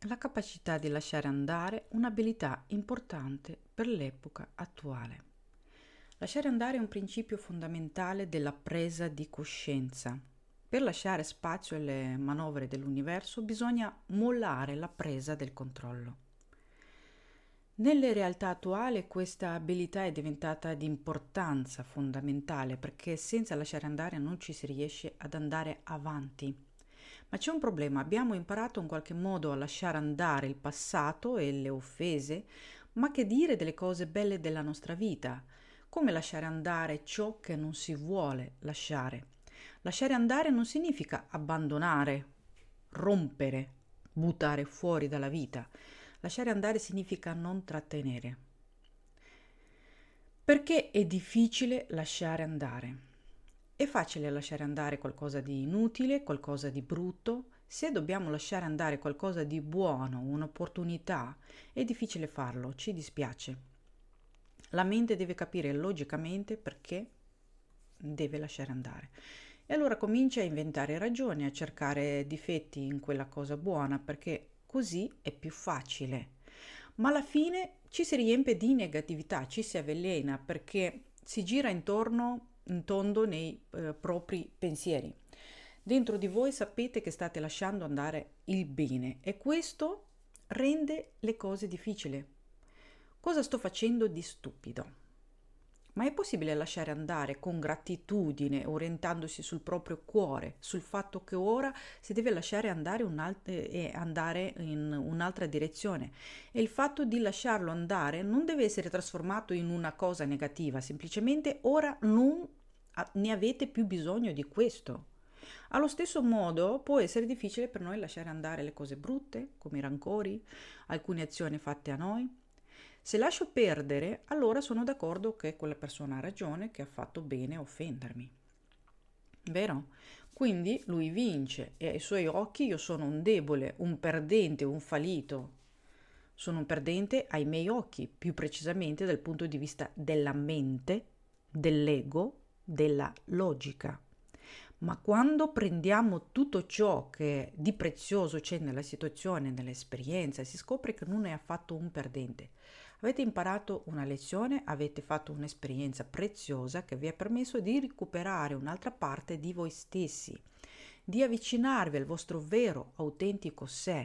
La capacità di lasciare andare un'abilità importante per l'epoca attuale. Lasciare andare è un principio fondamentale della presa di coscienza. Per lasciare spazio alle manovre dell'universo bisogna mollare la presa del controllo. Nelle realtà attuali questa abilità è diventata di importanza fondamentale perché senza lasciare andare non ci si riesce ad andare avanti. Ma c'è un problema, abbiamo imparato in qualche modo a lasciare andare il passato e le offese, ma che dire delle cose belle della nostra vita? Come lasciare andare ciò che non si vuole lasciare? Lasciare andare non significa abbandonare, rompere, buttare fuori dalla vita. Lasciare andare significa non trattenere. Perché è difficile lasciare andare? È facile lasciare andare qualcosa di inutile, qualcosa di brutto. Se dobbiamo lasciare andare qualcosa di buono, un'opportunità, è difficile farlo, ci dispiace. La mente deve capire logicamente perché deve lasciare andare. E allora comincia a inventare ragioni, a cercare difetti in quella cosa buona, perché così è più facile. Ma alla fine ci si riempie di negatività, ci si avvelena perché si gira intorno in tondo nei propri pensieri. Dentro di voi sapete che state lasciando andare il bene e questo rende le cose difficili. Cosa sto facendo di stupido? Ma è possibile lasciare andare con gratitudine, orientandosi sul proprio cuore, sul fatto che ora si deve lasciare andare e andare in un'altra direzione. E il fatto di lasciarlo andare non deve essere trasformato in una cosa negativa, semplicemente ora non ne avete più bisogno di questo. Allo stesso modo può essere difficile per noi lasciare andare le cose brutte, come i rancori, alcune azioni fatte a noi. Se lascio perdere, allora sono d'accordo che quella persona ha ragione, che ha fatto bene a offendermi. Vero? Quindi lui vince e ai suoi occhi io sono un debole, un perdente, un fallito. Sono un perdente ai miei occhi, più precisamente dal punto di vista della mente, dell'ego, della logica. Ma quando prendiamo tutto ciò che di prezioso c'è nella situazione, nell'esperienza, si scopre che non è affatto un perdente. Avete imparato una lezione, avete fatto un'esperienza preziosa che vi ha permesso di recuperare un'altra parte di voi stessi, di avvicinarvi al vostro vero, autentico sé.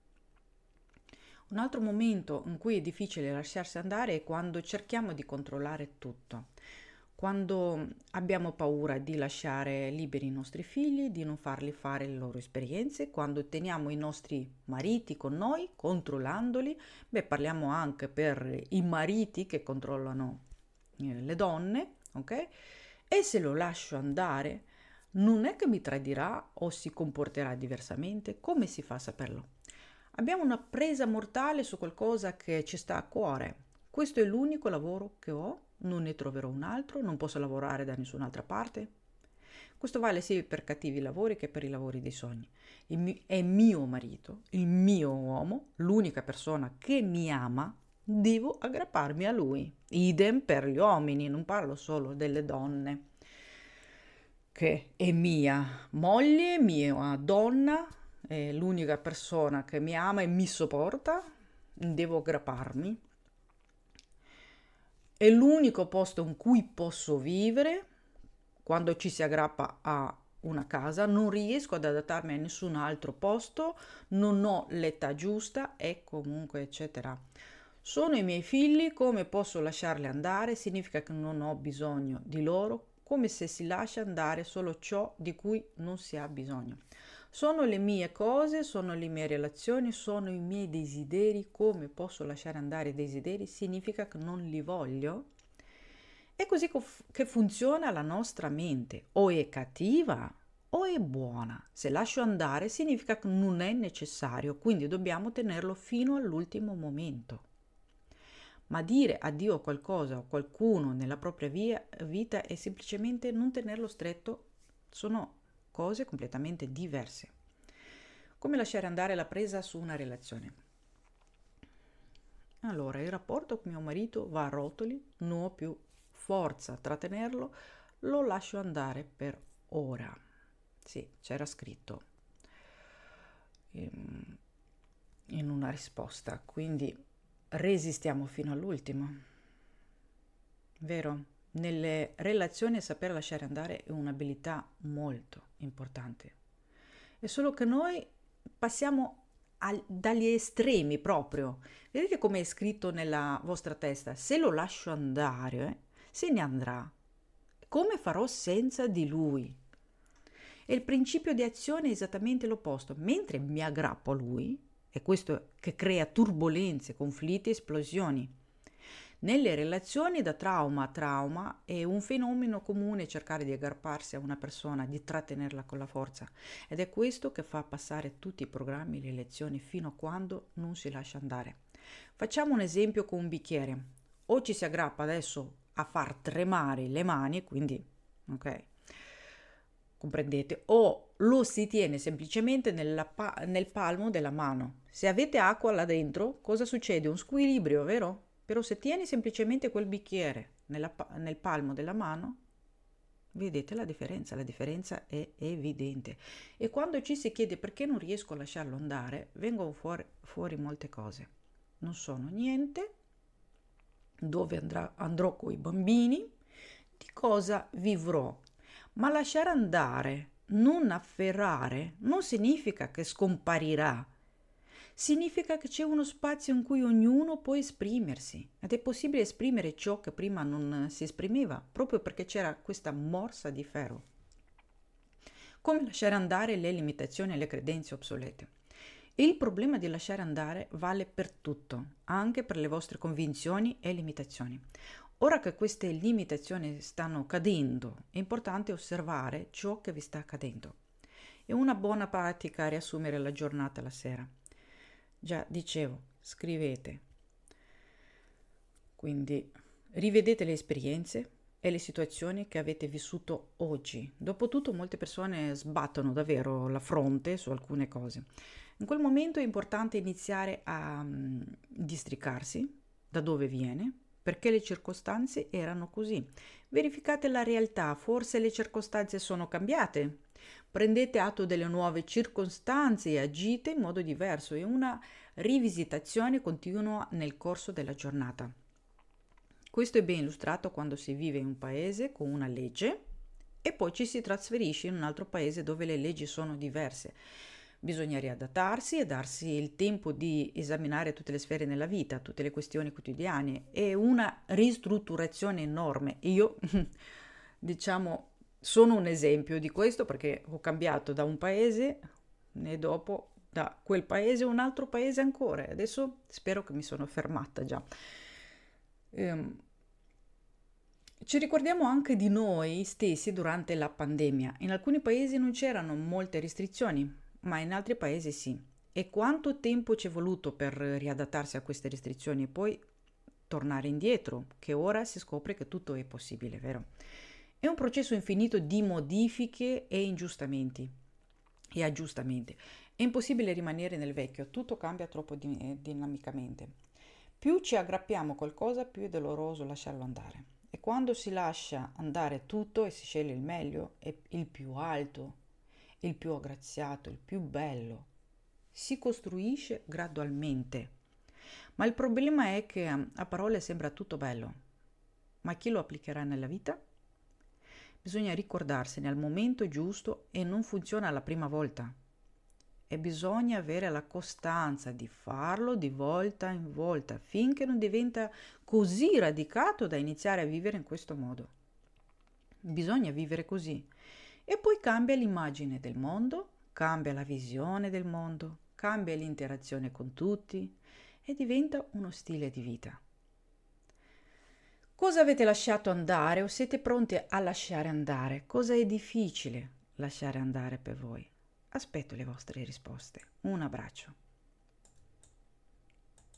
Un altro momento in cui è difficile lasciarsi andare è quando cerchiamo di controllare tutto, quando abbiamo paura di lasciare liberi i nostri figli, di non farli fare le loro esperienze, quando teniamo i nostri mariti con noi, controllandoli. Beh, parliamo anche per i mariti che controllano le donne, ok? E se lo lascio andare, non è che mi tradirà o si comporterà diversamente? Come si fa a saperlo? Abbiamo una presa mortale su qualcosa che ci sta a cuore. Questo è l'unico lavoro che ho, non ne troverò un altro, non posso lavorare da nessun'altra parte. Questo vale sia per cattivi lavori che per i lavori dei sogni. È mio marito, il mio uomo, l'unica persona che mi ama, devo aggrapparmi a lui. Idem per gli uomini, non parlo solo delle donne, che è mia moglie, mia donna, è l'unica persona che mi ama e mi sopporta, devo aggrapparmi. È l'unico posto in cui posso vivere quando ci si aggrappa a una casa, non riesco ad adattarmi a nessun altro posto, non ho l'età giusta e comunque eccetera. Sono i miei figli, come posso lasciarli andare? Significa che non ho bisogno di loro, come se si lascia andare solo ciò di cui non si ha bisogno. Sono le mie cose, sono le mie relazioni, sono i miei desideri. Come posso lasciare andare i desideri? Significa che non li voglio. È così che funziona la nostra mente. O è cattiva o è buona. Se lascio andare significa che non è necessario, quindi dobbiamo tenerlo fino all'ultimo momento. Ma dire addio a qualcosa o qualcuno nella propria vita è semplicemente non tenerlo stretto, sono cose completamente diverse. Come lasciare andare la presa su una relazione? Allora, il rapporto con mio marito va a rotoli, non ho più forza a trattenerlo, lo lascio andare per ora. Sì, c'era scritto. Ehm, in una risposta, quindi resistiamo fino all'ultimo, vero? Nelle relazioni saper lasciare andare è un'abilità molto importante. È solo che noi passiamo dagli estremi proprio. Vedete come è scritto nella vostra testa? Se lo lascio andare, se ne andrà. Come farò senza di lui? E il principio di azione è esattamente l'opposto. Mentre mi aggrappo a lui, è questo che crea turbolenze, conflitti, esplosioni. Nelle relazioni da trauma a trauma è un fenomeno comune cercare di aggrapparsi a una persona, di trattenerla con la forza, ed è questo che fa passare tutti i programmi, le lezioni fino a quando non si lascia andare. Facciamo un esempio con un bicchiere. O ci si aggrappa adesso a far tremare le mani, quindi, ok, comprendete, o lo si tiene semplicemente nel palmo della mano. Se avete acqua là dentro, cosa succede? Un squilibrio, vero? Però se tieni semplicemente quel bicchiere nel palmo della mano, vedete la differenza è evidente. E quando ci si chiede perché non riesco a lasciarlo andare, vengono fuori molte cose. Non sono niente, dove andrò con i bambini, di cosa vivrò. Ma lasciare andare, non afferrare, non significa che scomparirà. Significa che c'è uno spazio in cui ognuno può esprimersi ed è possibile esprimere ciò che prima non si esprimeva, proprio perché c'era questa morsa di ferro. Come lasciare andare le limitazioni e le credenze obsolete. Il problema di lasciare andare vale per tutto, anche per le vostre convinzioni e limitazioni. Ora che queste limitazioni stanno cadendo, è importante osservare ciò che vi sta accadendo. È una buona pratica riassumere la giornata la sera. Già, dicevo, scrivete. Quindi rivedete le esperienze e le situazioni che avete vissuto oggi. Dopotutto molte persone sbattono davvero la fronte su alcune cose. In quel momento è importante iniziare a districarsi da dove viene, perché le circostanze erano così. Verificate la realtà, forse le circostanze sono cambiate. Prendete atto delle nuove circostanze e agite in modo diverso. È una rivisitazione continua nel corso della giornata. Questo è ben illustrato quando si vive in un paese con una legge e poi ci si trasferisce in un altro paese dove le leggi sono diverse. Bisogna riadattarsi e darsi il tempo di esaminare tutte le sfere nella vita, tutte le questioni quotidiane. È una ristrutturazione enorme. Io, diciamo, sono un esempio di questo perché ho cambiato da un paese e dopo da quel paese a un altro paese ancora. Adesso spero che mi sono fermata già. Ci ricordiamo anche di noi stessi durante la pandemia. In alcuni paesi non c'erano molte restrizioni, ma in altri paesi sì. E quanto tempo ci è voluto per riadattarsi a queste restrizioni e poi tornare indietro, che ora si scopre che tutto è possibile, vero? È un processo infinito di modifiche e aggiustamenti. È impossibile rimanere nel vecchio, tutto cambia troppo dinamicamente. Più ci aggrappiamo a qualcosa, più è doloroso lasciarlo andare. E quando si lascia andare tutto e si sceglie il meglio, è il più alto, il più aggraziato, il più bello, si costruisce gradualmente. Ma il problema è che a parole sembra tutto bello, ma chi lo applicherà nella vita? Bisogna ricordarsene al momento giusto e non funziona la prima volta. E bisogna avere la costanza di farlo di volta in volta finché non diventa così radicato da iniziare a vivere in questo modo. Bisogna vivere così e poi cambia l'immagine del mondo, cambia la visione del mondo, cambia l'interazione con tutti e diventa uno stile di vita. Cosa avete lasciato andare o siete pronti a lasciare andare? Cosa è difficile lasciare andare per voi? Aspetto le vostre risposte. Un abbraccio.